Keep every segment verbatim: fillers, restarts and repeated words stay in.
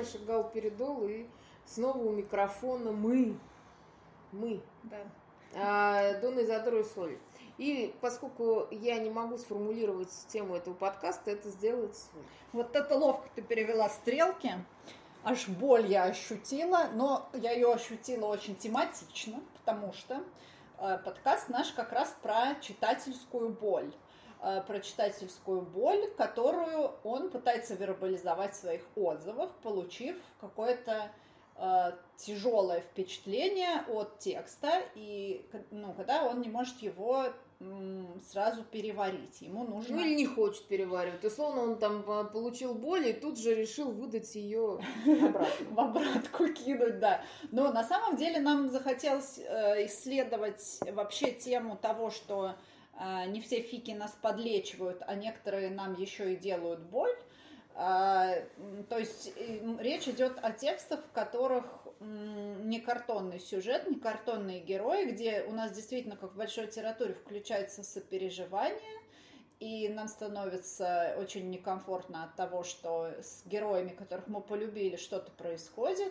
Маша Галперидол, и снова у микрофона мы. Мы. Да. А, Дона Изодора и Соли. И поскольку я не могу сформулировать тему этого подкаста, это сделает Соля. Вот это ловко ты перевела стрелки. Аж боль я ощутила, но я ее ощутила очень тематично, потому что э, подкаст наш как раз про читательскую боль. Э, про читательскую боль, которую он пытается вербализовать в своих отзывах, получив какое-то э, тяжелое впечатление от текста, и ну, когда он не может его сразу переварить. Ему нужно... Ну или не хочет переваривать. Условно, он там получил боль и тут же решил выдать ее обратно. В обратку кинуть, да. Но на самом деле нам захотелось исследовать вообще тему того, что не все фики нас подлечивают, а некоторые нам еще и делают боль. То есть речь идет о текстах, в которых не картонный сюжет, не картонные герои, где у нас действительно, как в большой литературе, включается сопереживание, и нам становится очень некомфортно от того, что с героями, которых мы полюбили, что-то происходит.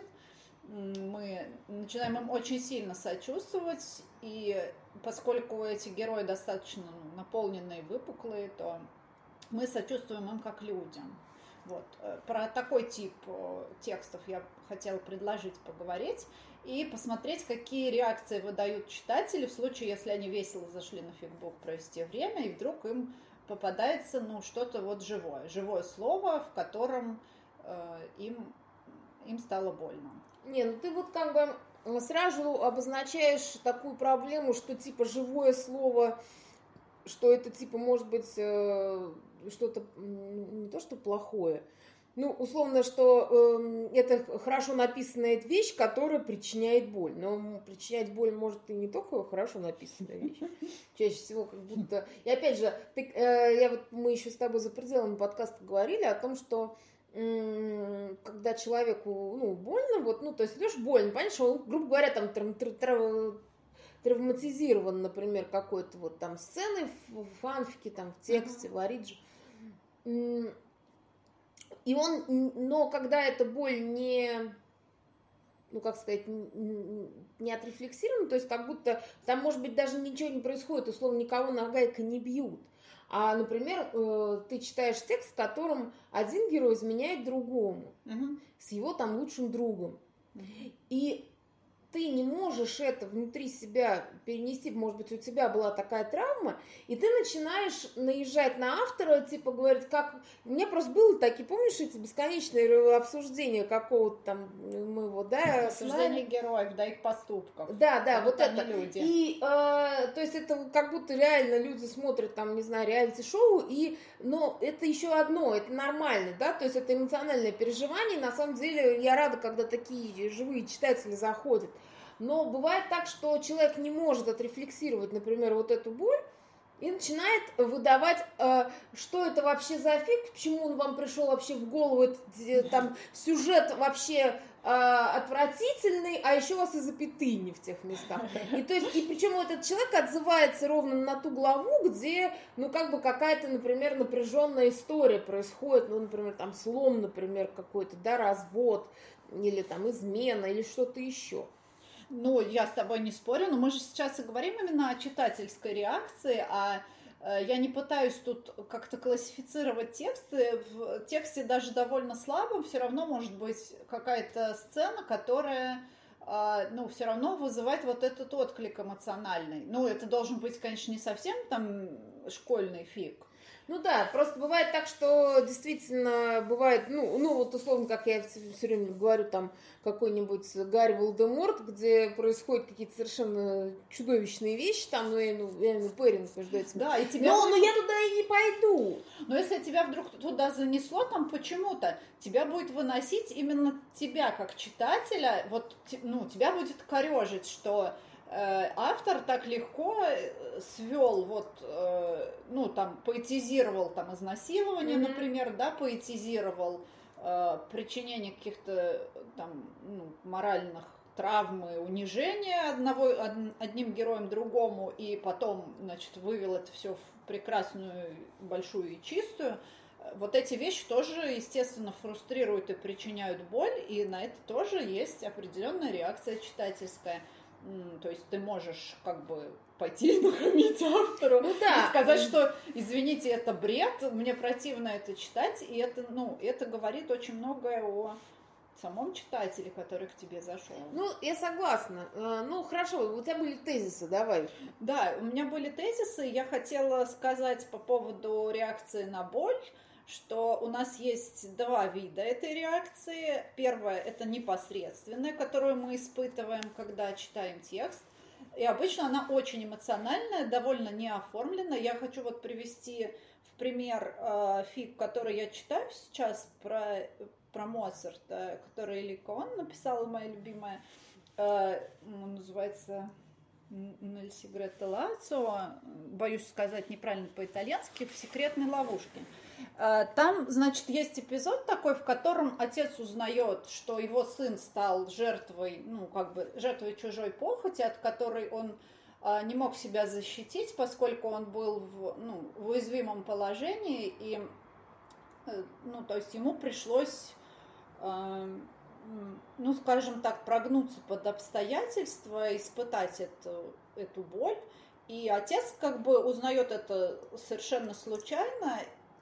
Мы начинаем им очень сильно сочувствовать, и поскольку эти герои достаточно наполненные, выпуклые, то мы сочувствуем им как людям. Вот. Про такой тип текстов я хотела предложить поговорить и посмотреть, какие реакции выдают читатели в случае, если они весело зашли на фигбук провести время, и вдруг им попадается ну, что-то вот живое, живое слово, в котором э, им, им стало больно. Не, ну ты вот как бы сразу обозначаешь такую проблему, что типа живое слово, что это типа может быть э, что-то не то, что плохое, ну, условно, что э, это хорошо написанная вещь, которая причиняет боль. Но причинять боль может и не только хорошо написанная вещь. Чаще всего как будто... И опять же, ты, э, я вот, мы еще с тобой за пределами подкаста говорили о том, что э, когда человеку ну, больно, вот, ну, то есть идешь больно, понимаешь, что он, грубо говоря, там трав, трав, травматизирован, например, какой-то вот там сценой в фанфике, там в тексте, в оридже. И он, но когда эта боль не, ну как сказать, не отрефлексирована, то есть как будто там, может быть, даже ничего не происходит, условно, никого нагайкой не бьют. А, например, ты читаешь текст, в котором один герой изменяет другому, угу. с его там лучшим другом. Угу. И ты не можешь это внутри себя перенести, может быть, у тебя была такая травма, и ты начинаешь наезжать на автора, типа, говорить, как... У меня просто было такие, помнишь, эти бесконечные обсуждения какого-то там моего, да? Обсуждение героев, да, их поступков. Да, да, вот, вот это. Люди. И, э, то есть, это как будто реально люди смотрят, там, не знаю, реалити-шоу, и, но это еще одно, это нормально, да, то есть, это эмоциональное переживание, на самом деле, я рада, когда такие живые читатели заходят. Но бывает так, что человек не может отрефлексировать, например, вот эту боль и начинает выдавать, э, что это вообще за фиг, почему он вам пришел вообще в голову, это, там сюжет вообще э, отвратительный, а еще у вас и запятые не в тех местах. И, то есть, и причем этот человек отзывается ровно на ту главу, где, ну, как бы какая-то, например, напряженная история происходит, ну, например, там слом, например, какой-то, да, развод, или там измена, или что-то еще. Ну, я с тобой не спорю, но мы же сейчас и говорим именно о читательской реакции, а э, я не пытаюсь тут как-то классифицировать тексты. В тексте даже довольно слабом все равно может быть какая-то сцена, которая, э, ну, все равно вызывает вот этот отклик эмоциональный. Ну, это должен быть, конечно, не совсем там школьный фиг. Ну да, просто бывает так, что действительно бывает, ну, ну вот условно, как я все, все время говорю, там какой-нибудь Гарри Волдеморт, где происходят какие-то совершенно чудовищные вещи, там, ну, я, ну, я имею в виду Перринг между этим. Да, и тебя но, будет... но я туда и не пойду. Но если тебя вдруг туда занесло, там почему-то, тебя будет выносить именно тебя как читателя, вот, ну, тебя будет корежить, что... автор так легко свел, вот, ну, там, поэтизировал там изнасилование, mm-hmm. например, да, поэтизировал э, причинение каких-то там, ну, моральных травм и унижения одного, од, одним героем другому, и потом, значит, вывел это все в прекрасную, большую и чистую вот эти вещи тоже, естественно, фрустрируют и причиняют боль, и на это тоже есть определенная реакция читательская. То есть ты можешь как бы пойти нахамить автору, ну, да. и сказать, что, извините, это бред, мне противно это читать, и это, ну, это говорит очень многое о самом читателе, который к тебе зашел. Ну, я согласна. Ну, хорошо, у тебя были тезисы, давай. Да, у меня были тезисы, я хотела сказать по поводу реакции на боль, что у нас есть два вида этой реакции. Первая – это непосредственная, которую мы испытываем, когда читаем текст. И обычно она очень эмоциональная, довольно неоформленная. Я хочу вот привести в пример э, фиг, который я читаю сейчас, про, про Моцарта, который Эли Коэн написала, моя любимая. Э, называется «Nel segreto lazzo», боюсь сказать неправильно по-итальянски, «В секретной ловушке». Там, значит, есть эпизод такой, в котором отец узнает, что его сын стал жертвой, ну, как бы, жертвой чужой похоти, от которой он а, не мог себя защитить, поскольку он был в, ну, в уязвимом положении, и, ну, то есть ему пришлось, а, ну, скажем так, прогнуться под обстоятельства, испытать эту, эту боль, и отец, как бы, узнает это совершенно случайно.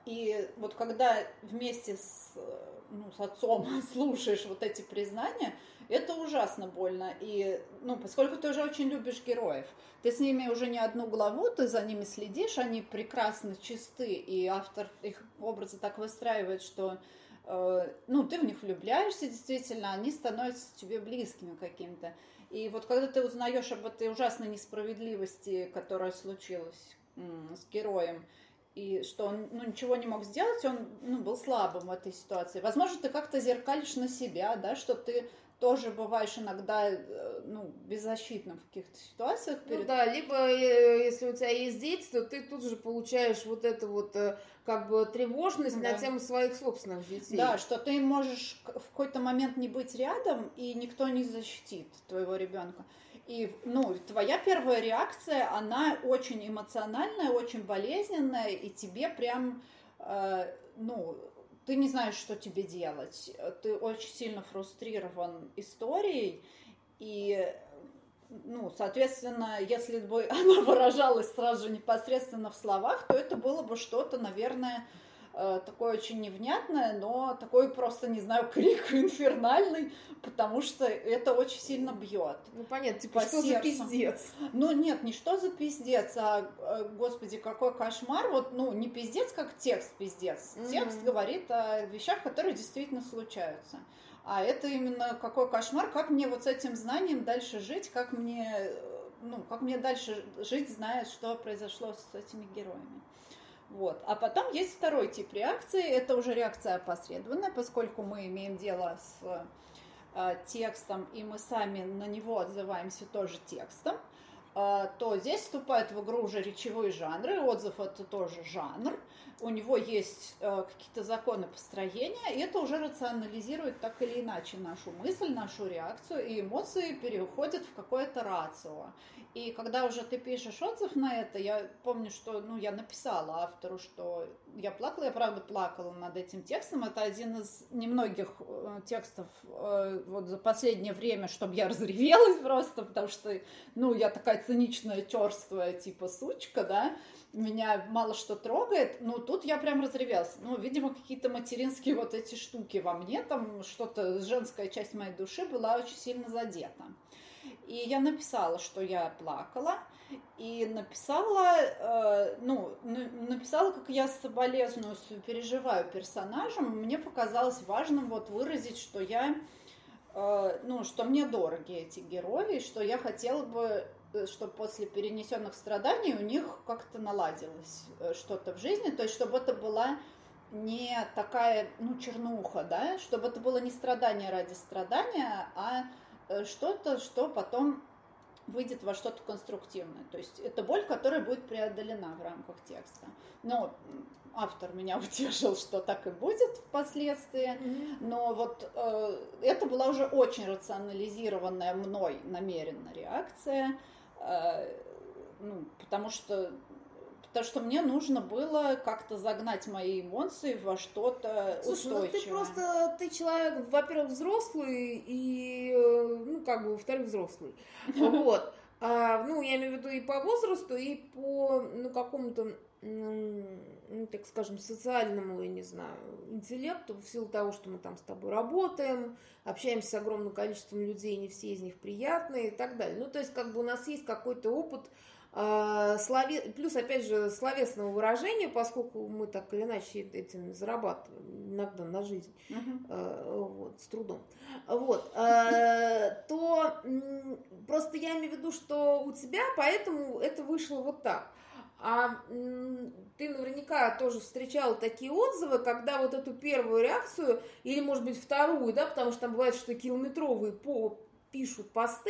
И вот когда вместе с, ну, с отцом слушаешь вот эти признания, это ужасно больно. И, ну, поскольку ты уже очень любишь героев, ты с ними уже не одну главу, ты за ними следишь, они прекрасно чисты, и автор их образы так выстраивает, что, э, ну, ты в них влюбляешься действительно, они становятся тебе близкими каким-то. И вот когда ты узнаешь об этой ужасной несправедливости, которая случилась м- с героем, и что он, ну, ничего не мог сделать, он, ну, был слабым в этой ситуации. Возможно, ты как-то зеркалишь на себя, да, что ты тоже бываешь иногда, ну, беззащитным в каких-то ситуациях. Перед... Ну да, либо если у тебя есть дети, то ты тут же получаешь вот эту вот как бы тревожность, да, на тему своих собственных детей. Да, что ты можешь в какой-то момент не быть рядом, и никто не защитит твоего ребенка. И, ну, твоя первая реакция, она очень эмоциональная, очень болезненная, и тебе прям, э, ну, ты не знаешь, что тебе делать. Ты очень сильно фрустрирован историей, и, ну, соответственно, если бы она выражалась сразу же непосредственно в словах, то это было бы что-то, наверное, такое очень невнятное, но такой просто, не знаю, крик инфернальный, потому что это очень сильно бьет. Ну, понятно, типа, что сердцу. За пиздец? Ну, нет, не что за пиздец, а, господи, какой кошмар. Вот, ну, не пиздец, как текст пиздец. Mm-hmm. Текст говорит о вещах, которые действительно случаются. А это именно какой кошмар, как мне вот с этим знанием дальше жить, как мне, ну, как мне дальше жить, зная, что произошло с этими героями. Вот. А потом есть второй тип реакции, это уже реакция опосредованная, поскольку мы имеем дело с э, текстом, и мы сами на него отзываемся тоже текстом, э, то здесь вступают в игру уже речевые жанры, отзыв это тоже жанр, у него есть э, какие-то законы построения, и это уже рационализирует так или иначе нашу мысль, нашу реакцию, и эмоции переходят в какое-то рацио. И когда уже ты пишешь отзыв на это, я помню, что, ну, я написала автору, что я плакала, я правда плакала над этим текстом. Это один из немногих э, текстов э, вот за последнее время, чтобы я разревелась просто, потому что, ну, я такая циничная, черствая, типа сучка, да, меня мало что трогает, но тут я прям разревелась. Ну, видимо, какие-то материнские вот эти штуки во мне, там что-то, женская часть моей души была очень сильно задета. И я написала, что я плакала, и написала, э, ну, написала, как я соболезную, переживаю персонажем. Мне показалось важным вот выразить, что я, э, ну, что мне дороги эти герои, что я хотела бы, чтобы после перенесенных страданий у них как-то наладилось что-то в жизни, то есть чтобы это была не такая, ну, чернуха, да, чтобы это было не страдание ради страдания, а что-то, что потом выйдет во что-то конструктивное. То есть это боль, которая будет преодолена в рамках текста. Но автор меня утешил, что так и будет впоследствии. Mm-hmm. Но вот э, это была уже очень рационализированная мной намеренно реакция. Э, ну, потому что потому что мне нужно было как-то загнать мои эмоции во что-то Слушай, устойчивое. ну ты просто, ты человек, во-первых, взрослый, и, ну, как бы, во-вторых, взрослый. Вот. А, ну, я имею в виду и по возрасту, и по, ну, какому-то, ну, так скажем, социальному, я не знаю, интеллекту, в силу того, что мы там с тобой работаем, общаемся с огромным количеством людей, не все из них приятные и так далее. Ну, то есть, как бы у нас есть какой-то опыт, э, слове... плюс, опять же, словесного выражения, поскольку мы так или иначе этим зарабатываем иногда на жизнь, uh-huh. э, вот, с трудом, вот, э, то э, просто я имею в виду, что у тебя, поэтому это вышло вот так. А ты наверняка тоже встречала такие отзывы, когда вот эту первую реакцию, или, может быть, вторую, да, потому что там бывает, что километровые по, пишут посты,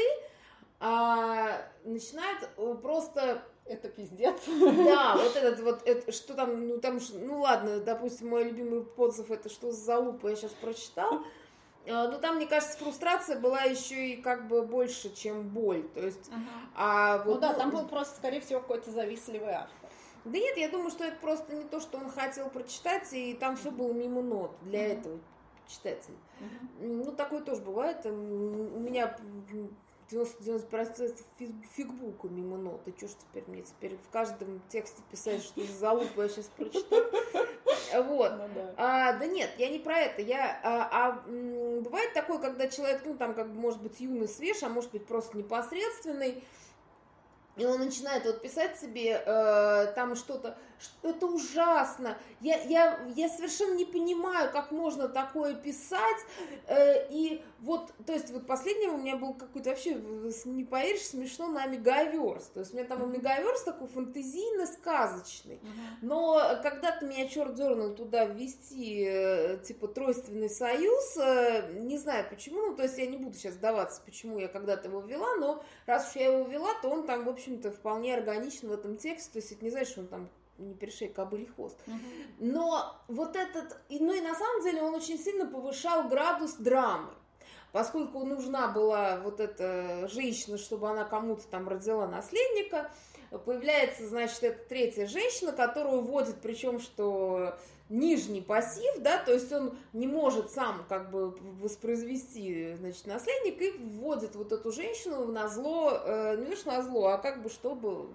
а начинают просто... Это пиздец. Да, вот этот вот, это, что там, ну там, ну ладно, допустим, мой любимый отзыв, это что за залупа, я сейчас прочитал. Но там, мне кажется, фрустрация была еще и как бы больше, чем боль. То есть, ага. а вот, ну да, ну, там был просто, скорее всего, какой-то завистливый автор. Да нет, я думаю, что это просто не то, что он хотел прочитать, и там все было мимо нот для uh-huh. этого читателя. Uh-huh. Ну, такое тоже бывает. У меня девяносто процентов фигбука мимо нот. И что ж теперь мне теперь в каждом тексте писать, что за залупу я сейчас прочитаю? Вот. Ну, да. А, да нет, я не про это. Я, а, а м, бывает такое, когда человек, ну, там, как бы, может быть, юный, свеж, а может быть, просто непосредственный, и он начинает вот писать себе э, там что-то, что это ужасно, я, я, я совершенно не понимаю, как можно такое писать, э, и вот, то есть вот последнего у меня был какой-то вообще, не поверишь, смешно на Мегаверс, то есть у меня там mm-hmm. Мегаверс такой фантазийно-сказочный, mm-hmm. но когда-то меня черт дернул туда ввести, э, типа, тройственный союз, э, не знаю почему, ну, то есть я не буду сейчас сдаваться, почему я когда-то его ввела, но раз уж я его ввела, то он там, в общем-то, вполне органичен в этом тексте, то есть это не значит, что он там не перешей кобылий хвост. Uh-huh. Но вот этот, ну и на самом деле он очень сильно повышал градус драмы, поскольку нужна была вот эта женщина, чтобы она кому-то там родила наследника, появляется, значит, эта третья женщина, которую вводит, причем что нижний пассив, да, то есть он не может сам как бы воспроизвести, значит, наследник, и вводит вот эту женщину на зло, э, не лишь на зло, а как бы чтобы,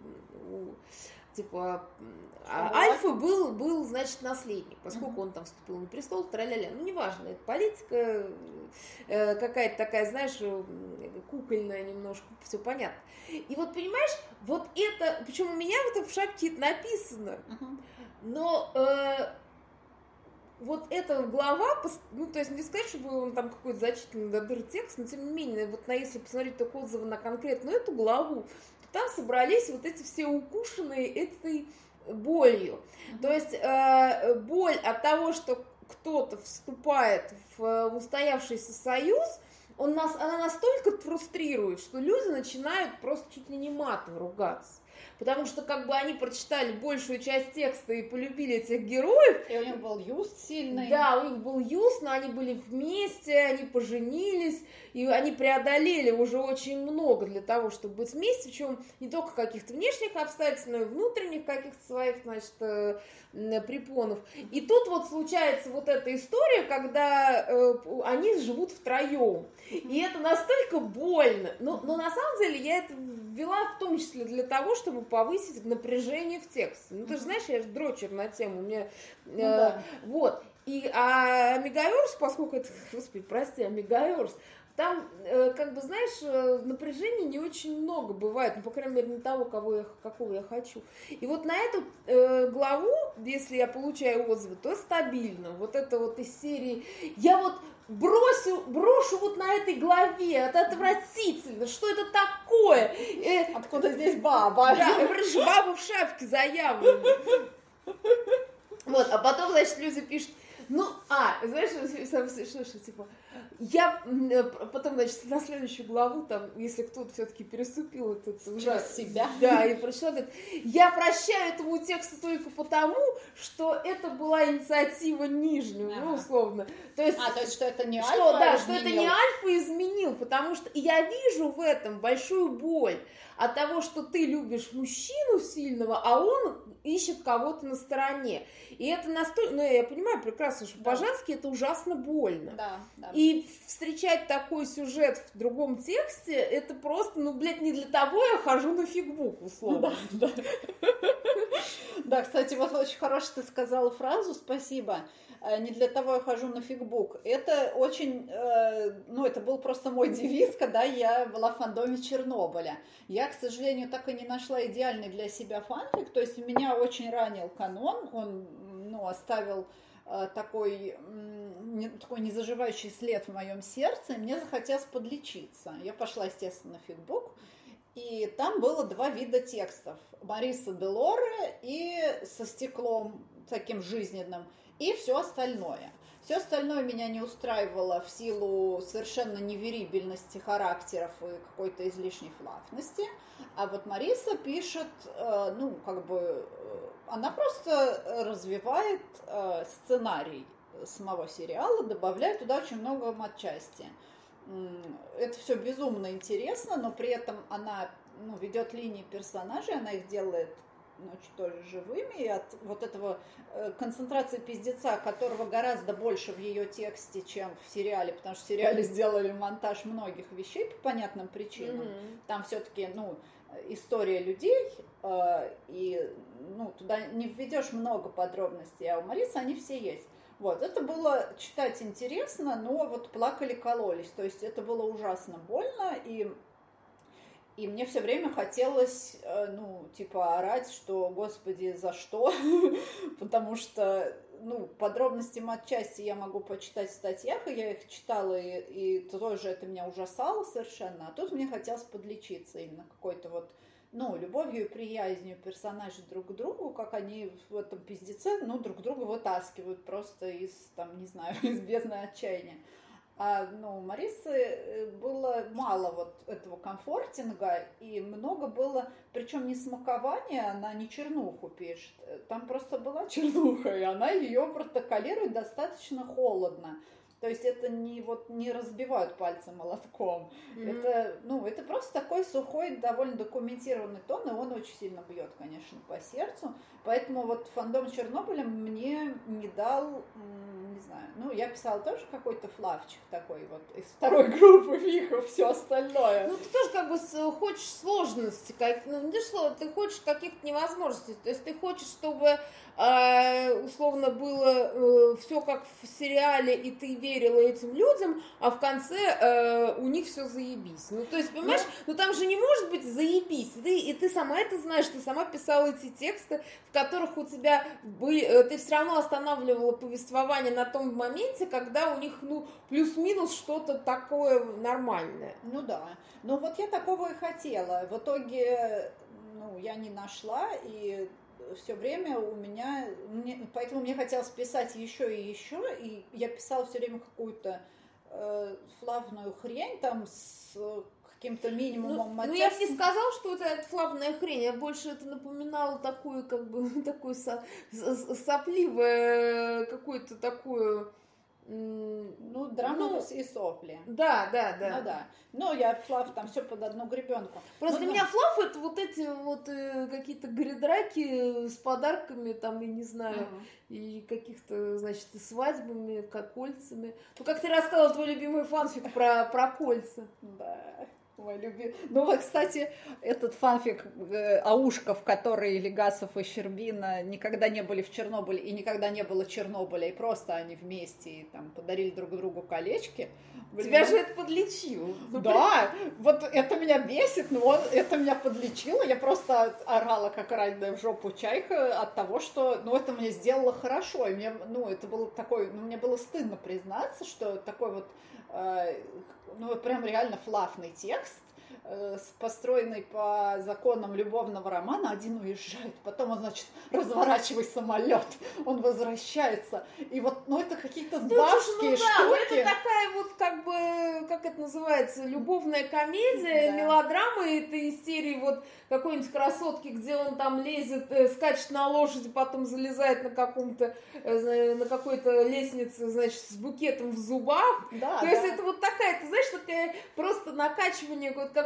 типа, а Альфа был, был, значит, наследник, поскольку uh-huh. он там вступил на престол, тра-ля-ля. Ну, неважно, это политика э, какая-то такая, знаешь, кукольная немножко, все понятно. И вот, понимаешь, вот это, причем у меня в этом в шапке это написано, uh-huh. но э, вот эта глава, ну, то есть не сказать, чтобы он там какой-то зачитанный до дыр текст, но тем не менее, вот на, если посмотреть только отзывы на конкретную эту главу, то там собрались вот эти все укушенные этой болью. Mm-hmm. То есть э, боль от того, что кто-то вступает в устоявшийся союз, он нас, она настолько фрустрирует, что люди начинают просто чуть ли не матом ругаться. Потому что как бы они прочитали большую часть текста и полюбили этих героев. И у них был юст сильный. Да, у них был юст, но они были вместе, они поженились, и они преодолели уже очень много для того, чтобы быть вместе, причем не только каких-то внешних обстоятельств, но и внутренних каких-то своих, значит, препонов. И тут вот случается вот эта история, когда э, они живут втроем. И это настолько больно. Но, но на самом деле я это ввела в том числе для того, чтобы повысить напряжение в тексте. Ну, ты же знаешь, я же дрочер на тему. У меня, э, ну, да. Вот. И, а Мегаверс, поскольку это, господи, прости, а Мегаверс, там, э, как бы, знаешь, э, напряжения не очень много бывает, ну, по крайней мере, не того, кого я, какого я хочу. И вот на эту э, главу, если я получаю отзывы, то стабильно. Вот это вот из серии «Я вот бросю, брошу вот на этой главе, это отвратительно, что это такое?» э, Откуда здесь баба? Да, баба в шапке заявлена. Вот, а потом, значит, люди пишут, ну, а, знаешь, что, что, типа, я потом, значит, на следующую главу, там, если кто-то все-таки переступил этот ужас себя, да, и прочитал, говорит, я прощаю этому тексту только потому, что это была инициатива нижнего, ага. ну, условно. То есть, а, то есть, что это не что, Альфа да, изменил. что это не Альфа изменил, потому что я вижу в этом большую боль. от того, что ты любишь мужчину сильного, а он ищет кого-то на стороне. И это настолько, ну я понимаю прекрасно, что да. по-женски это ужасно больно. Да, да. И встречать такой сюжет в другом тексте, это просто, ну, блядь, не для того я хожу на фигбук, условно. Да, да. Да, кстати, вот очень хорошо ты сказала фразу, спасибо. Не для того я хожу на фигбук. Это очень, ну, это был просто мой девиз, когда я была в фандоме Чернобыля. Я, к сожалению, так и не нашла идеальный для себя фанфик, то есть меня очень ранил канон, он, ну, оставил такой, такой незаживающий след в моем сердце, и мне захотелось подлечиться. Я пошла, естественно, на фигбук, и там было два вида текстов. Мариса Делоре и со стеклом таким жизненным, и все остальное. Все остальное меня не устраивало в силу совершенно неверибельности характеров и какой-то излишней флафности. А вот Мариса пишет, ну, как бы, она просто развивает сценарий самого сериала, добавляет туда очень много матчасти. Это все безумно интересно, но при этом она, ну, ведет линии персонажей, она их делает, ну, тоже живыми, и от вот этого э, концентрации пиздеца, которого гораздо больше в ее тексте, чем в сериале, потому что в сериале сделали монтаж многих вещей по понятным причинам. Mm-hmm. Там все-таки, ну, история людей, э, и, ну, туда не введешь много подробностей, а у Марисы они все есть. Вот, это было читать интересно, но вот плакали-кололись, то есть это было ужасно больно, и, и мне все время хотелось, ну, типа, орать, что, господи, за что, потому что, ну, подробности матчасти я могу почитать в статьях, и я их читала, и, и тоже это меня ужасало совершенно, а тут мне хотелось подлечиться именно какой-то вот, ну, любовью и приязнью персонажей друг к другу, как они в этом пиздеце, ну, друг друга вытаскивают просто из, там, не знаю, из бездны отчаяния. А, ну, у Марисы было мало вот этого комфортинга, и много было, причем не смакования, она не чернуху пишет, там просто была чернуха, и она ее протоколирует достаточно холодно. То есть это не, вот, не разбивают пальцем молотком. Mm-hmm. Это, ну, это просто такой сухой, довольно документированный тон, и он очень сильно бьет, конечно, по сердцу. Поэтому вот фандом Чернобыля мне не дал, не знаю, ну, я писала тоже какой-то флавчик такой вот из второй группы Вихов, все остальное. Ну, ты тоже как бы хочешь сложности, как, ну, не слово, ты хочешь каких-то невозможностей. То есть ты хочешь, чтобы э, условно было э, все как в сериале, и ты верила этим людям, а в конце э, у них все заебись. Ну, то есть, понимаешь, yeah. ну там же не может быть заебись. Ты, и ты сама это знаешь, ты сама писала эти тексты, в которых у тебя были, ты все равно останавливала повествование на том моменте, когда у них, ну, плюс-минус что-то такое нормальное. Ну да. Ну вот я такого и хотела. В итоге, ну, я не нашла, и все время у меня, мне, поэтому мне хотелось писать еще и еще, и я писала все время какую-то э, флавную хрень там с каким-то минимумом матчасти. Ну, я бы не сказала, что это флавная хрень, я больше это напоминало такую, как бы, такую со, сопливое, какую-то такую... Ну, драму ну, и сопли. Да, да, да. Ну да. Ну, я флав там все под одну гребенку. Просто ну, для да. меня флав это вот эти вот э, какие-то гридраки с подарками, там, я не знаю, uh-huh. и каких-то, значит, свадьбами, как кольцами. Ну, как ты рассказала, твой любимый фанфик про, про кольца. Да. Мой любимый. Ну, вот, кстати, этот фанфик э, Аушков, который Легасов и Щербина никогда не были в Чернобыле, и никогда не было Чернобыля, и просто они вместе и, там, подарили друг другу колечки. Блин, тебя же это подлечило. Да, вот это меня бесит, но он, это меня подлечило. Я просто орала, как раненая в жопу чайка, от того, что, ну, это мне сделало хорошо. И мне, ну, это было такой, ну, мне было стыдно признаться, что такой вот, э, ну, прям реально флафный текст, построенный по законам любовного романа, один уезжает, потом он, значит, разворачивай самолет, он возвращается, и вот, ну, это какие-то бабские ну, штуки. Это такая вот, как бы, как это называется, любовная комедия, да. мелодрама, это из серии вот какой-нибудь красотки, где он там лезет, э, скачет на лошади, потом залезает на каком-то, э, на какой-то лестнице, значит, с букетом в зубах. Да, То да. есть это вот такая, ты знаешь, такая просто накачивание вот как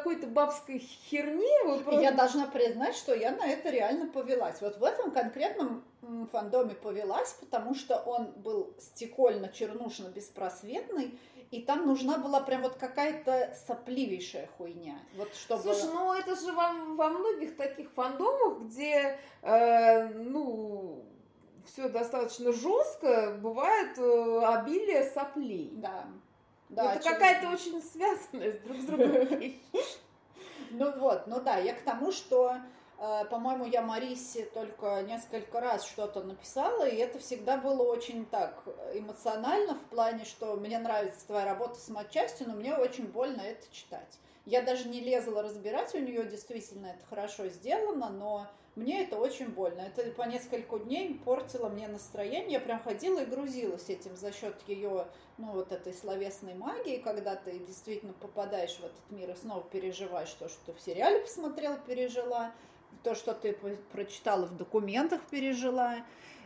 какой-то бабской херни. Вот просто... Я должна признать, что я на это реально повелась. Вот в этом конкретном фандоме повелась, потому что он был стекольно-чернушно-беспросветный, и там нужна была прям вот какая-то сопливейшая хуйня. Вот чтобы... Слушай, ну это же во, во многих таких фандомах, где, э, ну, все достаточно жестко, бывает э, обилие соплей. Да. Да, это какая-то очень связанная друг с другом вещь. Ну вот, ну да, я к тому, что, э, по-моему, я Марисе только несколько раз что-то написала, и это всегда было очень так эмоционально в плане, что мне нравится твоя работа с матчастью, но мне очень больно это читать. Я даже не лезла разбирать, у нее действительно это хорошо сделано, но мне это очень больно. Это по несколько дней портило мне настроение. Я прям ходила и грузилась этим за счет ее, ну, вот этой словесной магии, когда ты действительно попадаешь в этот мир и снова переживаешь то, что ты в сериале посмотрела, пережила, то, что ты прочитала в документах, пережила.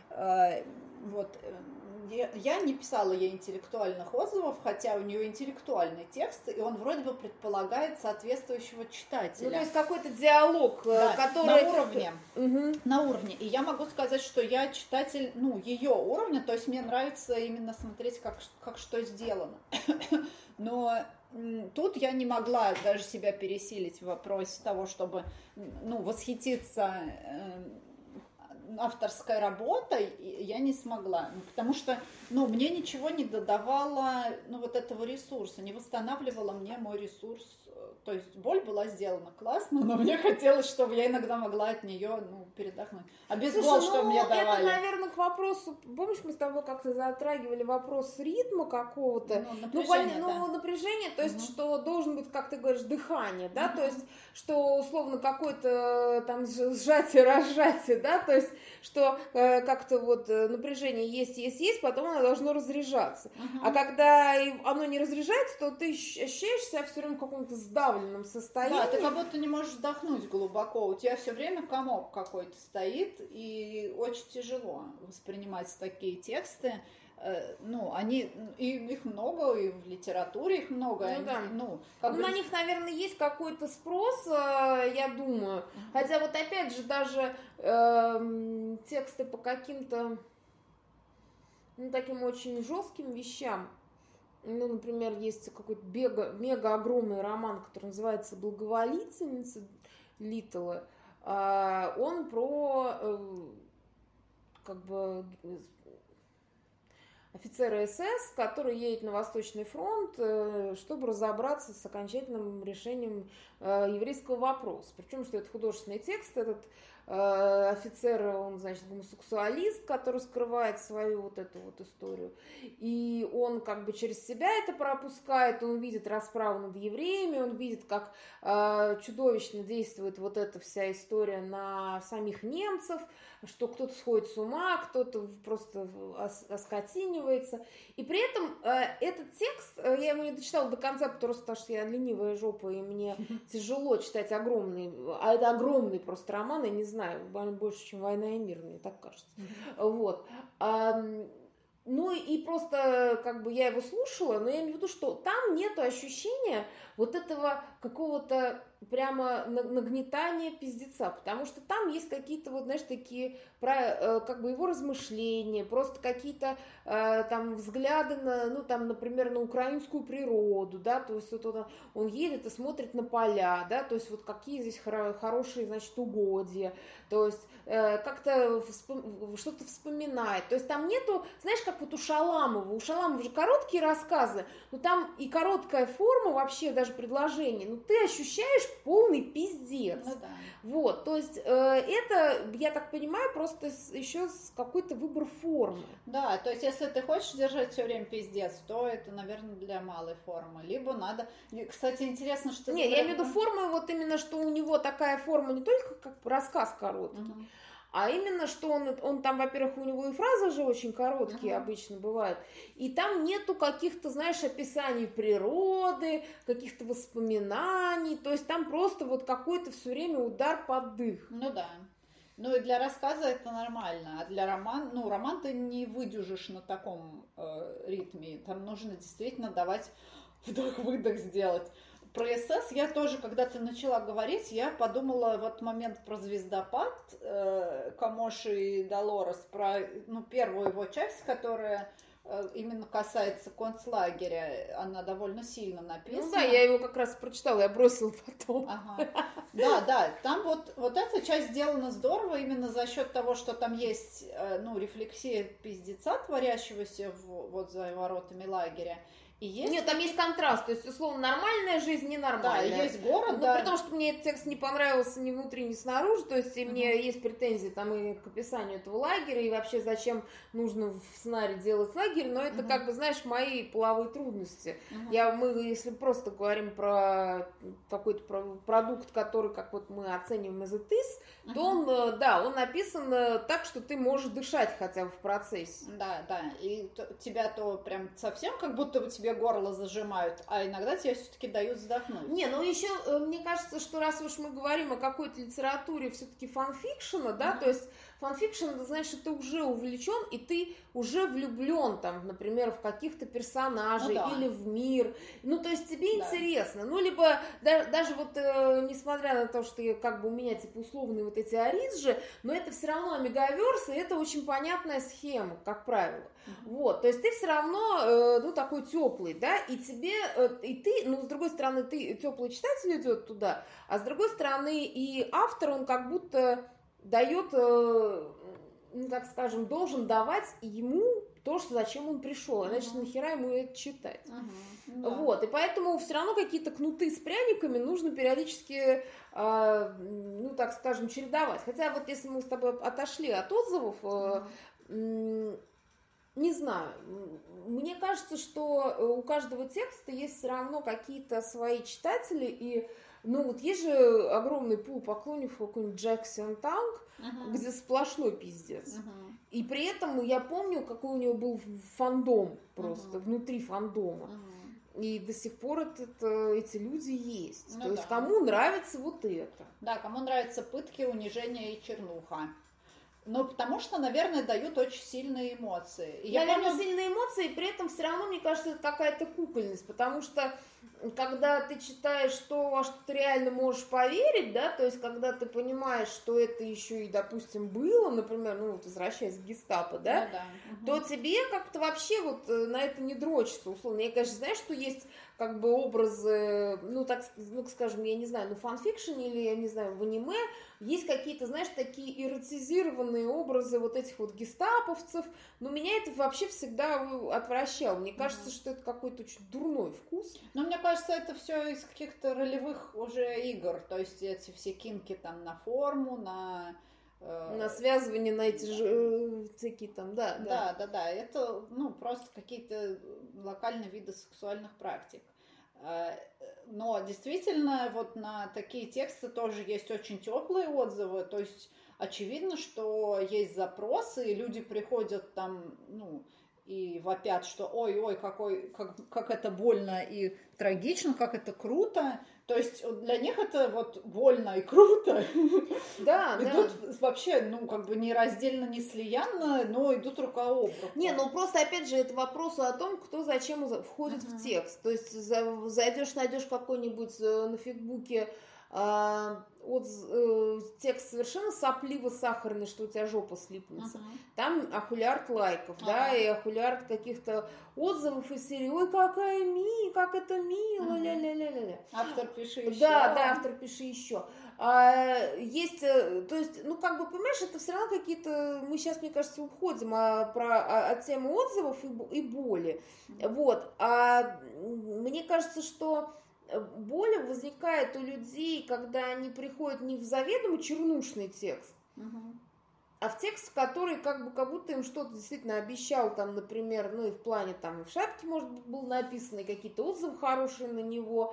Вот. Я не писала ей интеллектуальных отзывов, хотя у нее интеллектуальный текст, и он вроде бы предполагает соответствующего читателя. Ну, то есть какой-то диалог, да, который... На уровне. Угу. На уровне. И я могу сказать, что я читатель, ну, ее уровня, то есть мне нравится именно смотреть, как, как что сделано. Но тут я не могла даже себя пересилить в вопросе того, чтобы, ну, восхититься... авторской работой я не смогла, потому что, ну, мне ничего не додавало, ну, вот этого ресурса, не восстанавливало мне мой ресурс, то есть боль была сделана классно, но мне хотелось, чтобы я иногда могла от нее, ну, передохнуть. А без Слушай, бол, ну, что мне давали. Это, наверное, к вопросу, помнишь, мы с тобой как-то затрагивали вопрос ритма какого-то, ну, напряжение, ну, да. ну, напряжение, то есть, угу. что должен быть, как ты говоришь, дыхание, да, угу. то есть, что условно какое-то там сжатие, разжатие, да, то есть, что э, как-то вот напряжение есть, есть, есть, потом оно должно разряжаться. Uh-huh. А когда оно не разряжается, то ты ощущаешь себя все время в каком-то сдавленном состоянии. Да, ты как будто не можешь вдохнуть глубоко. У тебя все время комок какой-то стоит, и очень тяжело воспринимать такие тексты. Ну, они, и их много, и в литературе их много. Ну, они, да. ну, ну бы... на них, наверное, есть какой-то спрос, я думаю. Uh-huh. Хотя вот опять же, даже э, тексты по каким-то, ну, таким очень жестким вещам. Ну, например, есть какой-то бега, мега огромный роман, который называется «Благоволительница» Литтла. Э, он про э, как бы... офицера эс эс, который едет на Восточный фронт, чтобы разобраться с окончательным решением еврейского вопроса. Причем, что это художественный текст, этот офицер, он, значит, гомосексуалист, который скрывает свою вот эту вот историю. И он как бы через себя это пропускает, он видит расправу над евреями, он видит, как чудовищно действует вот эта вся история на самих немцев, что кто-то сходит с ума, кто-то просто оскотинивается. И при этом э, этот текст, э, я его не дочитала до конца, потому что я ленивая жопа, и мне тяжело читать огромный, а это огромный просто роман, я не знаю, больше, чем «Война и мир», мне так кажется. Вот. А, ну и просто как бы я его слушала, но я имею в виду, что там нету ощущения вот этого какого-то прямо нагнетания пиздеца, потому что там есть какие-то вот, знаешь, такие про, как бы его размышления, просто какие-то э, там взгляды на, ну там, например, на украинскую природу, да, то есть вот он, он едет и смотрит на поля, да, то есть вот какие здесь хоро- хорошие, значит, угодья, то есть э, как-то вспом- что-то вспоминает, то есть там нету, знаешь, как вот у Шаламова, у Шаламова же короткие рассказы, но там и короткая форма вообще даже предложений, но ты ощущаешь полный пиздец. Ну, да. Вот, то есть э, это, я так понимаю, просто с, еще с какой-то выбор формы. Да, то есть если ты хочешь держать все время пиздец, то это, наверное, для малой формы. Либо надо... Кстати, интересно, что... Нет, я имею в виду формы, вот именно, что у него такая форма не только как рассказ короткий, угу. А именно, что он, он там, во-первых, у него и фразы же очень короткие uh-huh. обычно бывают, и там нету каких-то, знаешь, описаний природы, каких-то воспоминаний, то есть там просто вот какой-то все время удар под дых. Ну да. Ну и для рассказа это нормально, а для романа, ну роман ты не выдержишь на таком э, ритме, там нужно действительно давать вдох-выдох сделать. про СС я тоже, когда ты начала говорить, я подумала в этот момент про «Звездопад» э, Камоши и Долорес, про ну, первую его часть, которая э, именно касается концлагеря. Она довольно сильно написана. Ну да, я его как раз прочитала, я бросила потом. Ага. Да, да, там вот, вот эта часть сделана здорово именно за счет того, что там есть э, ну, рефлексия пиздеца, творящегося в, вот за воротами лагеря. И есть... Нет, там есть контраст, то есть, условно, нормальная жизнь, ненормальная. Да, есть город, ну, да. При том, что мне этот текст не понравился ни внутри, ни снаружи, то есть, и uh-huh. мне есть претензии там и к описанию этого лагеря, и вообще, зачем нужно в сценарии делать лагерь, но это, uh-huh. как бы, знаешь, мои половые трудности. Uh-huh. Я, мы, если просто говорим про какой-то про продукт, который, как вот мы оцениваем as it is, uh-huh. то он, да, он написан так, что ты можешь дышать хотя бы в процессе. Да, да, и то, тебя то прям совсем как будто бы тебе горло зажимают, а иногда тебе все-таки дают вздохнуть. Не, ну еще мне кажется, что раз уж мы говорим о какой-то литературе все-таки фанфикшена, да, mm-hmm. то есть фанфикшн, значит, ты уже увлечен, и ты уже влюблен, там, например, в каких-то персонажей ну, да. или в мир. Ну, то есть тебе да. интересно. Ну, либо да, даже вот, э, несмотря на то, что я, как бы у меня, типа, условные вот эти ориджи, но это все равно омегаверс, и это очень понятная схема, как правило. Mm-hmm. Вот, то есть ты все равно, э, ну, такой теплый, да, и тебе, э, и ты, ну, с другой стороны, ты, теплый читатель идет туда, а с другой стороны, и автор, он как будто дает, э, ну, так скажем, должен давать ему то, что зачем он пришел, иначе uh-huh. нахера ему это читать. Uh-huh. Да. Вот, и поэтому все равно какие-то кнуты с пряниками нужно периодически, э, ну, так скажем, чередовать. Хотя вот если мы с тобой отошли от отзывов, э, uh-huh. э, не знаю, мне кажется, что у каждого текста есть все равно какие-то свои читатели, и, ну, вот есть же огромный пул поклонников какой-нибудь Джексон Танк, uh-huh. где сплошной пиздец. Uh-huh. И при этом я помню, какой у него был фандом просто, uh-huh. внутри фандома. Uh-huh. И до сих пор это, это, эти люди есть. Ну, То да. есть кому нравится вот это. Да, кому нравятся пытки, унижения и чернуха. Ну, потому что, наверное, дают очень сильные эмоции. И наверное, я помню... сильные эмоции, и при этом все равно, мне кажется, это какая-то кукольность, потому что когда ты читаешь то, во что ты реально можешь поверить, да, то есть когда ты понимаешь, что это еще и, допустим, было, например, ну, вот возвращаясь к гестапо, да, ну, да. Угу. то тебе как-то вообще вот на это не дрочится, условно. Я, конечно, знаю, что есть как бы образы, ну, так, ну, скажем, я не знаю, ну, в фанфикшене или, я не знаю, в аниме есть какие-то, знаешь, такие эротизированные образы вот этих вот гестаповцев, но меня это вообще всегда отвращало. Мне кажется, mm-hmm. что это какой-то очень дурной вкус. Ну, мне кажется, это все из каких-то ролевых уже игр, то есть эти все кинки там на форму, на... Э... На связывание, на эти же э, всякие там, да, да. Да, да, да, это, ну, просто какие-то локальные виды сексуальных практик. Но действительно, вот на такие тексты тоже есть очень теплые отзывы, то есть очевидно, что есть запросы, и люди приходят там, ну, и вопят, что ой-ой, какой, как, как это больно и трагично, как это круто. То есть для них это вот больно и круто. Да, идут да. вообще, ну, как бы не раздельно, не слиянно, но идут рука об руку. Не, ну просто, опять же, это вопрос о том, кто зачем входит uh-huh. в текст. То есть зайдешь, найдешь какой-нибудь на фигбуке э, от, э, текст совершенно сопливо-сахарный, что у тебя жопа слипнется. Uh-huh. Там ахулярд лайков, uh-huh. да, и ахулярд каких-то отзывов из серии «Ой, какая ми, как это мило, uh-huh. ля-ля-ля-ля». Автор пиши еще. Да, да, автор пиши еще. А, есть, то есть, ну, как бы, понимаешь, это все равно какие-то, мы сейчас, мне кажется, уходим а, про, а, от темы отзывов и, и боли, mm-hmm. вот, а мне кажется, что боль возникает у людей, когда они приходят не в заведомо чернушный текст, mm-hmm. а в текст, который как бы, как будто им что-то действительно обещал, там, например, ну, и в плане, там, в шапке, может быть, был написано, какие-то отзывы хорошие на него,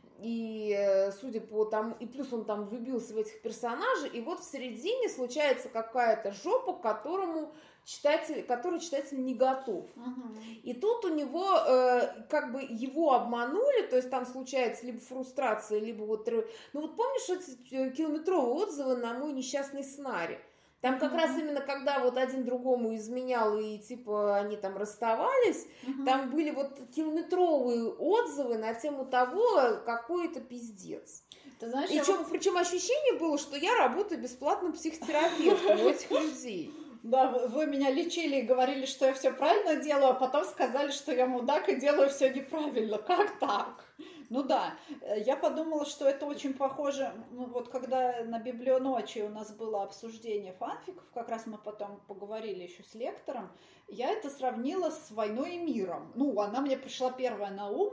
и судя по тому, и плюс он там влюбился в этих персонажей, и вот в середине случается какая-то жопа, к которому читатель, который читатель не готов. Uh-huh. И тут у него э, как бы его обманули, то есть там случается либо фрустрация, либо вот... Ну вот помнишь эти километровые отзывы на мой несчастный сценарий? Там как Мгм. раз именно когда вот один другому изменял и типа они там расставались, Мгм. там были вот километровые отзывы на тему того, какой это пиздец. Ты знаешь, И я чем, вот- причем ощущение было, что я работаю бесплатным психотерапевтом у этих людей. да, вы- вы меня лечили и говорили, что я все правильно делаю, а потом сказали, что я мудак и делаю все неправильно. Как так? Ну да, э, я подумала, что это очень похоже, ну вот когда на библионочи у нас было обсуждение фанфиков, как раз мы потом поговорили еще с лектором, я это сравнила с «Войной и миром». Ну, она мне пришла первая на ум,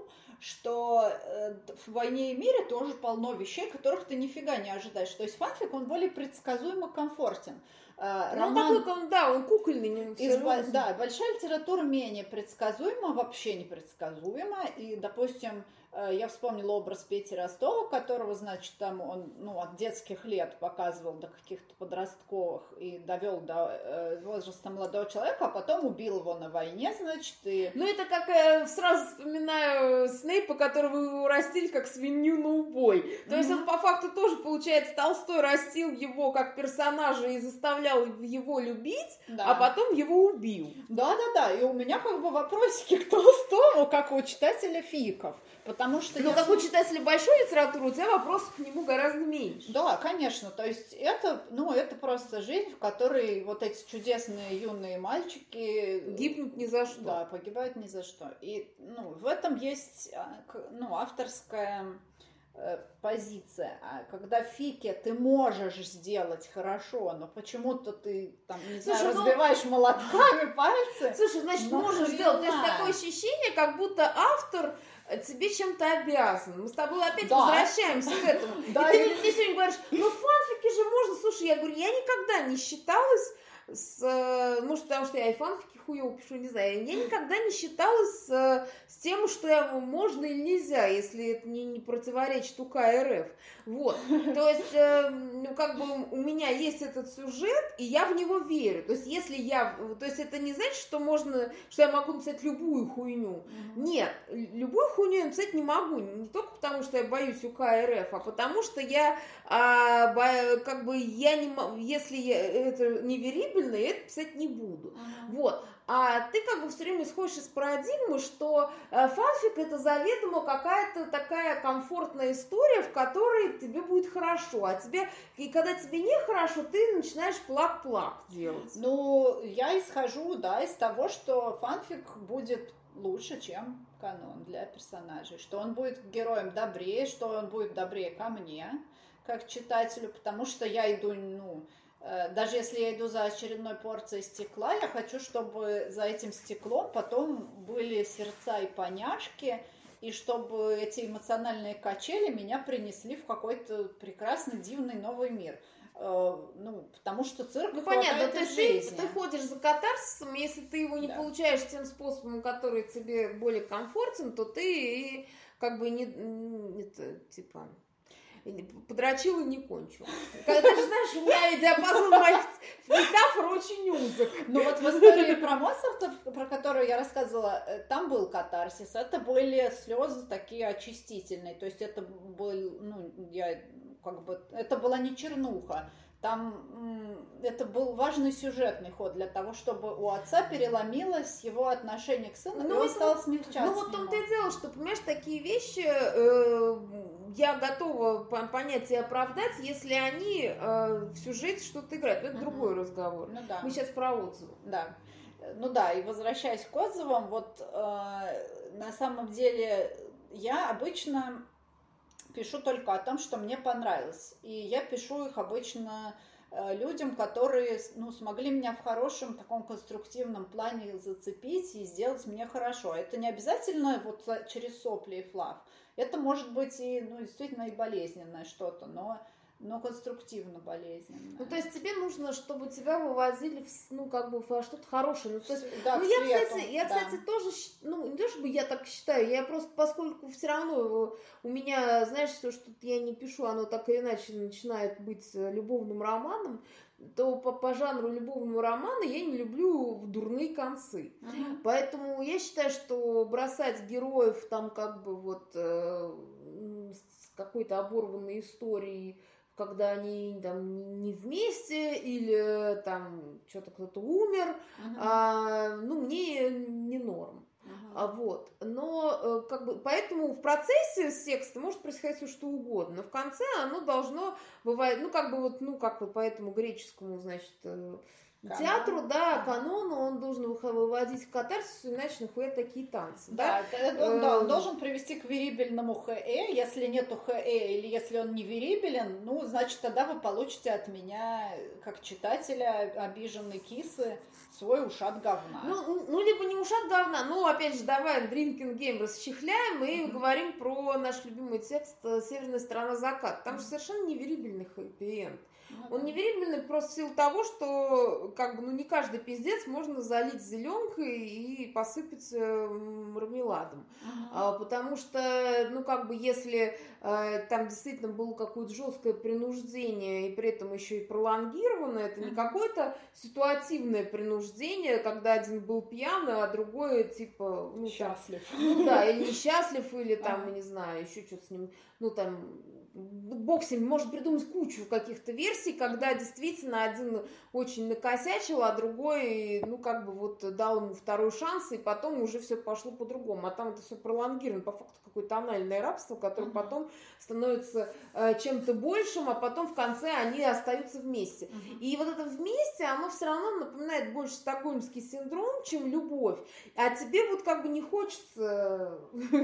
что э, в «Войне и мире» тоже полно вещей, которых ты нифига не ожидаешь. То есть фанфик, он более предсказуемо комфортен. Э, Ну, он роман- такой, он, да, он кукольный. не- из, всё бо- равно. да, большая литература менее предсказуема, вообще непредсказуема. И, допустим, э, я вспомнила образ Пети Ростова, которого, значит, там он ну, от детских лет показывал до каких-то подростковых и довел до э, возраста молодого человека, а потом убил его на войне, значит, и... Ну, это как э, сразу вспоминаю Снейпа, которого его растили как свинью на убой. То есть Мгм. он по факту тоже, получается, Толстой растил его как персонажа и заставлял его любить, Да. а потом его убил. Да-да-да, и у меня как бы вопросики к Толстому, как у читателя фиков, потому что... Но я как см- у читателя большой литературы, у тебя вопросов к нему гораздо меньше. Да, конечно, то есть это, ну, это просто жизнь, в которой вот эти чудесные юные мальчики... Гибнут ни за что. Да, погибают ни за что. И, ну, в этом есть, а, к- ну, авторская э, позиция. А когда в фике ты можешь сделать хорошо, но почему-то ты, там, не Слушай, знаю, ну- разбиваешь молотками пальцы. Слушай, значит, Ну, можешь хрена. сделать. То есть такое ощущение, как будто автор тебе чем-то обязан. Мы с тобой опять Да. возвращаемся к этому. Да, и ты и- мне сегодня говоришь, ну фанфики же можно. Слушай, я говорю, я никогда не считалась с... э, Может, потому что я и фанфики хуёво пишу, не знаю. Я никогда не считалась э, с тем, что я, можно или нельзя, если это не, не противоречит УК РФ. Вот. То есть, э, ну, как бы у меня есть этот сюжет, и я в него верю. То есть, если я... То есть, это не значит, что можно... Что я могу написать любую хуйню. Мгм. Нет, любую хуйню я написать не могу. Не только потому, что я боюсь УК РФ, а потому что я... А, бо- как бы я не... мо- Если я, это неверибельно, я это писать не буду. Мгм. Вот. А ты как бы все время исходишь из парадигмы, что э, фанфик это заведомо какая-то такая комфортная история, в которой тебе будет хорошо. А тебе, и когда тебе нехорошо, ты начинаешь плак-плак делать. Ну, я исхожу, да, из того, что фанфик будет лучше, чем канон для персонажей, что он будет героем добрее, что он будет добрее ко мне, как читателю, потому что я иду, ну, э, даже если я иду за очередной порцией стекла, я хочу, чтобы за этим стеклом потом были сердца и поняшки, и чтобы эти эмоциональные качели меня принесли в какой-то прекрасный, дивный новый мир. Э, Ну, потому что цирк Ну понятно, хватает то из есть ты, жизни. ты ходишь за катарсисом, если ты его не Да. получаешь тем способом, который тебе более комфортен, то ты и как бы не, м, это, типа, подрочил и не кончил. Когда ты же знаешь, у меня диапазон моих метафор очень узок. Ну вот в истории про Моцарта, про которую я рассказывала, э, там был катарсис. Это были слезы такие очистительные. То есть это был, ну, я как бы, это была не чернуха. Там м, это был важный сюжетный ход для того, чтобы у отца переломилось его отношение к сыну, Ну, и он это стал вот- смягчаться. Ну вот в том-то и дело, что, понимаешь, такие вещи э, я готова по- понять и оправдать, если они э, в сюжете что-то играют. Но это Мгм. другой разговор. Ну да. Мы сейчас про отзывы. Да. Ну да, и возвращаясь к отзывам, вот э, на самом деле я обычно пишу только о том, что мне понравилось. И я пишу их обычно э, людям, которые, ну, смогли меня в хорошем таком конструктивном плане зацепить и сделать мне хорошо. Это не обязательно вот за- через сопли и флав. Это может быть и, ну, действительно и болезненное что-то, но, но конструктивно болезненное. Ну, то есть тебе нужно, чтобы тебя вывозили в, с- ну, как бы во что-то хорошее. Ну, то есть, Да, ну, к я, свету, кстати, я, да. кстати, тоже, щ- ну, не то чтобы я так считаю, я просто, поскольку все равно у меня, знаешь, все, что я не пишу, оно так или иначе начинает быть э, любовным романом, то по, по жанру любовного романа я не люблю дурные концы. Мгм. Поэтому я считаю, что бросать героев там как бы вот э, м, с какой-то оборванной историей, когда они там не вместе или там что-то кто-то умер, uh-huh. а, ну, мне не норм. Uh-huh. А, вот. Но как бы, поэтому в процессе секса может происходить все что угодно, но в конце оно должно бывать, ну, как бы вот, ну, как вот по этому греческому, значит, Канон. Театру, да, канону он должен выводить к катарсису, иначе нахуя такие танцы. Да, да? Он, да, он должен привести к верибельному хэ, если нету хэ или если он не верибелен, ну, значит, тогда вы получите от меня, как читателя обиженной кисы, свой ушат говна. Ну, ну, либо не ушат говна, но, опять же, давай Drinking Game расчехляем и mm-hmm. говорим про наш любимый текст «Северная сторона заката». Там mm-hmm. же совершенно не верибельный хэппи-энд. Он неверибельный просто в силу того, что как бы, ну, не каждый пиздец можно залить зеленкой и посыпать мармеладом. Uh-huh. А, потому что, ну, как бы, если а, там действительно было какое-то жесткое принуждение и при этом еще и пролонгированное, это uh-huh. не какое-то ситуативное принуждение, когда один был пьян, а другой, типа, ну, счастлив. Там, ну, да, или несчастлив, или там, uh-huh. не знаю, еще что-то с ним, ну, там... Бог с ним может придумать кучу каких-то версий, когда действительно один очень накосячил, а другой, ну, как бы вот дал ему второй шанс, и потом уже все пошло по-другому. А там это все пролонгировано, по факту какое-то анальное рабство, которое uh-huh. потом становится э, чем-то большим, а потом в конце они остаются вместе. Uh-huh. И вот это вместе, оно все равно напоминает больше стокгольмский синдром, чем любовь. А тебе вот как бы не хочется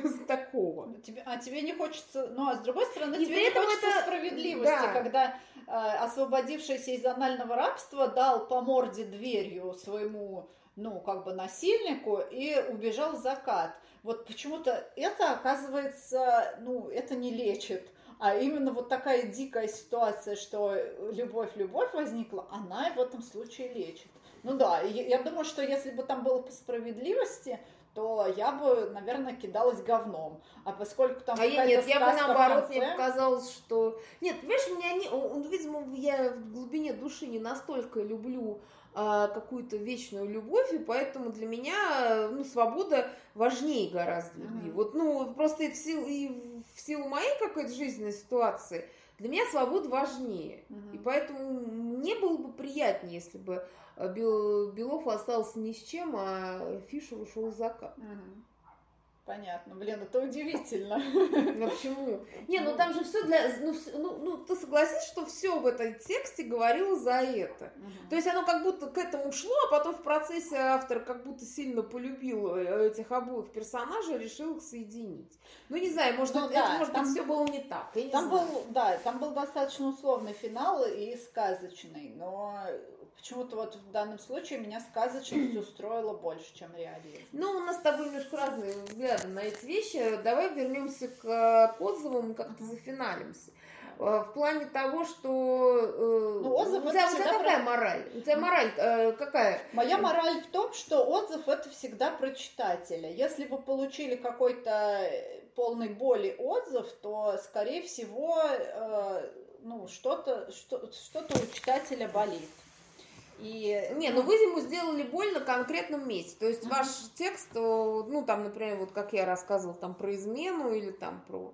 такого. А тебе не хочется, ну, а с другой стороны, тебе не хочется это... справедливости, да. когда э, освободившийся из анального рабства дал по морде дверью своему, ну, как бы насильнику и убежал в закат. Вот почему-то это, оказывается, ну, это не лечит. А именно вот такая дикая ситуация, что любовь-любовь возникла, она в этом случае лечит. Ну да, я думаю, что если бы там было по справедливости, то я бы, наверное, кидалась говном. А поскольку там а я нет, я бы наоборот, конце... мне показалось, что... Нет, понимаешь, у меня не... Он, видимо, я в глубине души не настолько люблю а, какую-то вечную любовь, и поэтому для меня, ну, свобода важнее гораздо любви. Mm-hmm. Вот, ну, просто и в силу, и в силу моей какой-то жизненной ситуации для меня свобода важнее. Mm-hmm. И поэтому мне было бы приятнее, если бы Белов остался ни с чем, а Фишер ушел в закат. Угу. Понятно. Блин, это удивительно. Ну почему? Не, ну там же все для... Ну, ну, ну ты согласись, что все в этом тексте говорило за это. Угу. То есть оно как будто к этому шло, а потом в процессе автор как будто сильно полюбил этих обоих персонажей, решил их соединить. Ну не знаю, может, ну, это, да, это, может там, быть, все было не так. Я не там знаю. был, да, там был достаточно условный финал и сказочный, но... Почему-то вот в данном случае меня сказочность устроила больше, чем реализм. Ну, у нас с тобой немножко разные взгляды на эти вещи. Давай вернемся к отзывам и как-то зафиналимся. В плане того, что... Ну, отзыв у тебя, у тебя какая про... мораль? У тебя мораль э, какая? Моя мораль в том, что отзыв это всегда про читателя. Если вы получили какой-то полный боли отзыв, то, скорее всего, э, ну, что-то, что, что-то у читателя болит. И... Не, ну вы ему сделали больно в конкретном месте. То есть mm-hmm. ваш текст, ну там, например, вот как я рассказывала там про измену или там про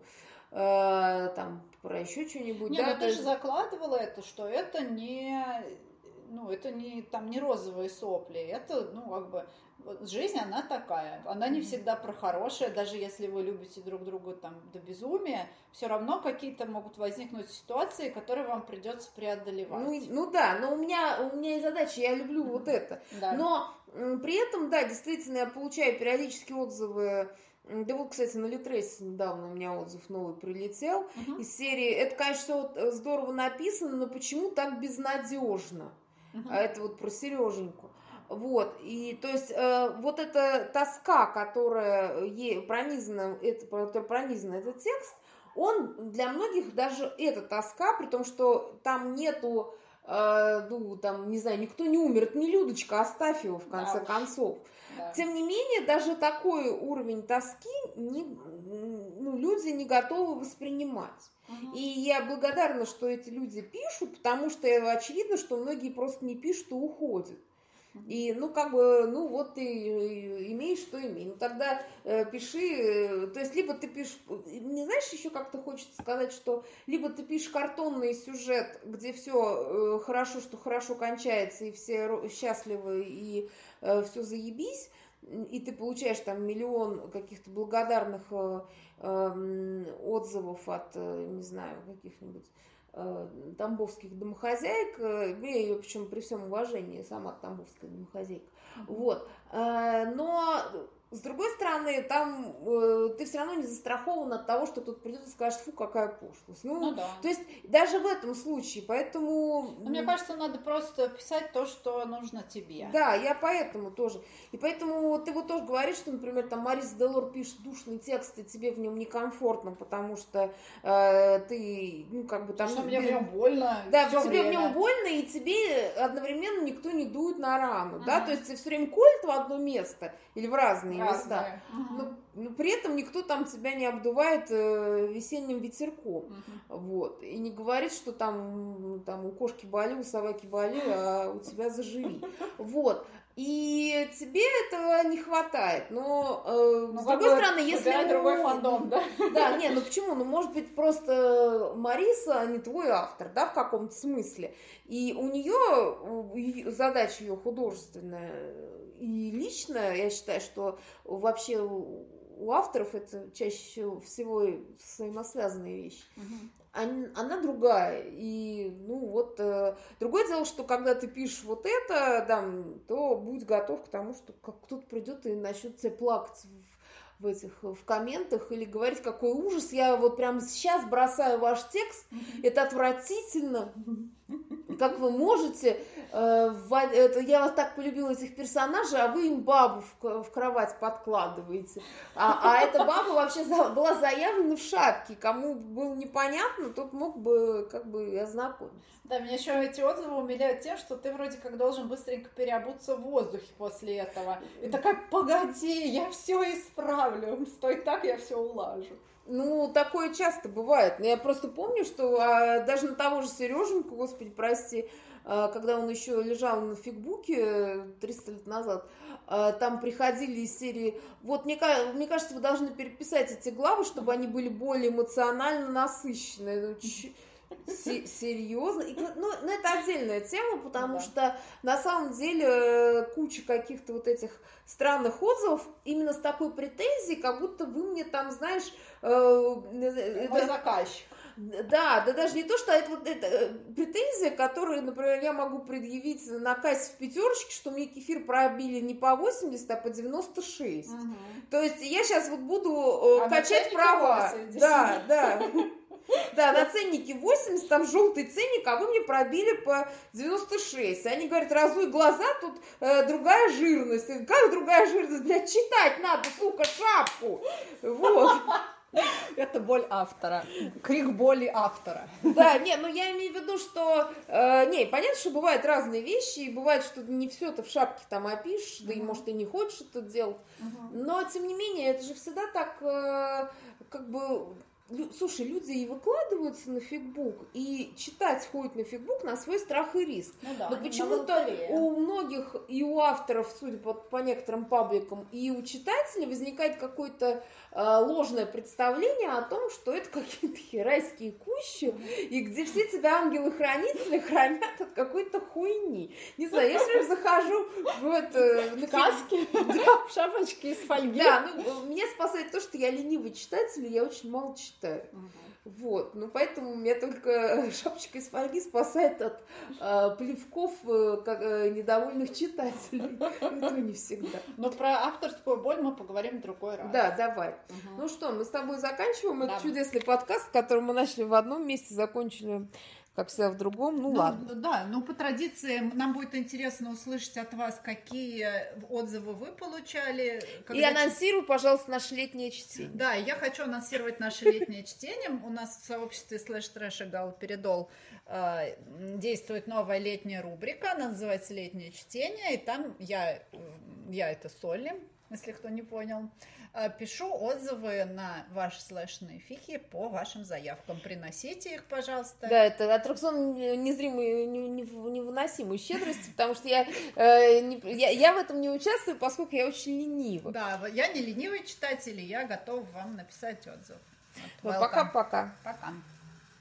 э, там про еще что-нибудь. Не, да, ну ты есть... же закладывала это, что это не, ну это не там не розовые сопли, это ну как бы жизнь она такая, она не всегда про хорошее, даже если вы любите друг друга там до безумия, все равно какие-то могут возникнуть ситуации, которые вам придется преодолевать. Ну, ну да, но у меня у меня и задача, я люблю mm-hmm. вот это, да. Но м, при этом, да, действительно, я получаю периодически отзывы. Да вот, кстати, на Литресе недавно у меня отзыв новый прилетел uh-huh. из серии. Это, конечно, все здорово написано, но почему так безнадежно? Uh-huh. А это вот про Сереженьку. Вот, и то есть э, вот эта тоска, которая ей пронизана, это, пронизана этот текст, он для многих даже эта тоска, при том, что там нету, э, ну, там, не знаю, никто не умер, это не Людочка Астафьева, в конце да, концов. Да. Тем не менее, даже такой уровень тоски не, ну, люди не готовы воспринимать. Угу. И я благодарна, что эти люди пишут, потому что очевидно, что многие просто не пишут и уходят. И, ну, как бы, ну, вот ты имеешь, что имеешь. Ну, тогда э, пиши, то есть, либо ты пишешь, не знаешь, еще как-то хочется сказать, что либо ты пишешь картонный сюжет, где все э, хорошо, что хорошо кончается, и все счастливы, и э, все заебись, и ты получаешь там миллион каких-то благодарных э, э, отзывов от, э, не знаю, каких-нибудь тамбовских домохозяек, я, причем при всем уважении, сама тамбовская домохозяйка, mm-hmm. вот, но с другой стороны, там э, ты все равно не застрахован от того, что тут придет и скажет, фу, какая пошлость. Ну, ну да. То есть даже в этом случае, поэтому... Ну, мне кажется, надо просто писать то, что нужно тебе. Да, я поэтому тоже. И поэтому ты вот тоже говоришь, что, например, там Мариса Делор пишет душный текст, и тебе в нем некомфортно, потому что э, ты, ну, как бы там... Что мне в нем больно. Да, тебе время. в нем больно, и тебе одновременно никто не дует на рану, uh-huh. да, то есть тебе все время колет в одно место или в разные, разные. места, uh-huh. но, но при этом никто там тебя не обдувает э, весенним ветерком, uh-huh. вот, и не говорит, что там, там у кошки боли, у собаки боли, а у тебя заживи, вот. И тебе этого не хватает, но э, ну, с другой стороны, если... другой фандом, да? Да, не, ну почему? Ну, может быть, просто Мариса не твой автор, да, в каком-то смысле. И у нее задача ее художественная и личная, я считаю, что вообще у авторов это чаще всего взаимосвязанные вещи. Угу. Она другая, и, ну, вот, э, другое дело, что когда ты пишешь вот это, да, то будь готов к тому, что как кто-то придет и начнет тебе плакать в, в этих, в комментах или говорить, какой ужас, я вот прямо сейчас бросаю ваш текст, mm-hmm. это отвратительно, как вы можете, э, в, это, я вас так полюбила этих персонажей, а вы им бабу в, в кровать подкладываете. А, а эта баба вообще за, была заявлена в шапке. Кому было непонятно, тот мог бы как бы ознакомиться. Да, меня еще эти отзывы умиляют тем, что ты вроде как должен быстренько переобуться в воздухе после этого. И такая, погоди, я все исправлю. Стой так, я все улажу. Ну, такое часто бывает. Я просто помню, что а, даже на того же Сереженьку, господи, прости, а, когда он еще лежал на фигбуке триста лет назад, а, там приходили из серии, вот, мне, мне кажется, вы должны переписать эти главы, чтобы они были более эмоционально насыщенные. Серьезно? И, ну, ну, это отдельная тема, потому да. что на самом деле куча каких-то вот этих странных отзывов именно с такой претензией, как будто вы мне там, знаешь... Э, Мой это, заказчик. Да, да даже не то, что это, вот, это претензия, которую, например, я могу предъявить на кассе в пятерочке, что мне кефир пробили не по восемьдесят, а по девяносто шесть. Угу. То есть я сейчас вот буду а качать права. Да, да. Да, на ценнике восемьдесят, там желтый ценник, а вы мне пробили по девяносто шесть. Они говорят, разуй глаза, тут э, другая жирность. Как другая жирность? Блядь, читать надо, сука, шапку. Вот. Это боль автора. Крик боли автора. Да, не, ну я имею в виду, что... Э, не, понятно, что бывают разные вещи, и бывает, что не все ты в шапке там опишешь, uh-huh. да и, может, ты не хочешь это делать. Uh-huh. Но, тем не менее, это же всегда так, э, как бы... Слушай, люди и выкладываются на фигбук, и читать ходят на фигбук на свой страх и риск. Ну да, но почему-то у многих, и у авторов, судя по, по некоторым пабликам, и у читателей возникает какое-то э, ложное представление о том, что это какие-то райские кущи, и где все тебя ангелы-хранители хранят от какой-то хуйни. Не знаю, я все время захожу в это... На каске, в шапочке из фольги. Да, ну, меня спасает то, что я ленивый читатель, и я очень мало читаю. Угу. Вот, ну поэтому меня только шапочка из фольги спасает от э, плевков э, как, э, недовольных читателей. Это не всегда. Но про авторскую боль мы поговорим в другой раз. Да, давай. Угу. Ну что, мы с тобой заканчиваем да. этот чудесный подкаст, который мы начали в одном месте, закончили, как всегда, в другом. Ну, ну ладно. Да, ну по традиции нам будет интересно услышать от вас, какие отзывы вы получали. И анонсируй, пожалуйста, наше летнее чтение. Да, я хочу анонсировать наше летнее чтение. У нас в сообществе слэш трэш и галоперидол э, действует новая летняя рубрика, она называется «Летнее чтение», и там я, я это Солли, если кто не понял. Пишу отзывы на ваши слэшные фики по вашим заявкам. Приносите их, пожалуйста. Да, это аттракцион незримой, невыносимой щедрости, потому что я, э, не, я, я в этом не участвую, поскольку я очень ленива. Да, я не ленивый читатель, и я готова вам написать отзыв. Вот, пока-пока. Пока.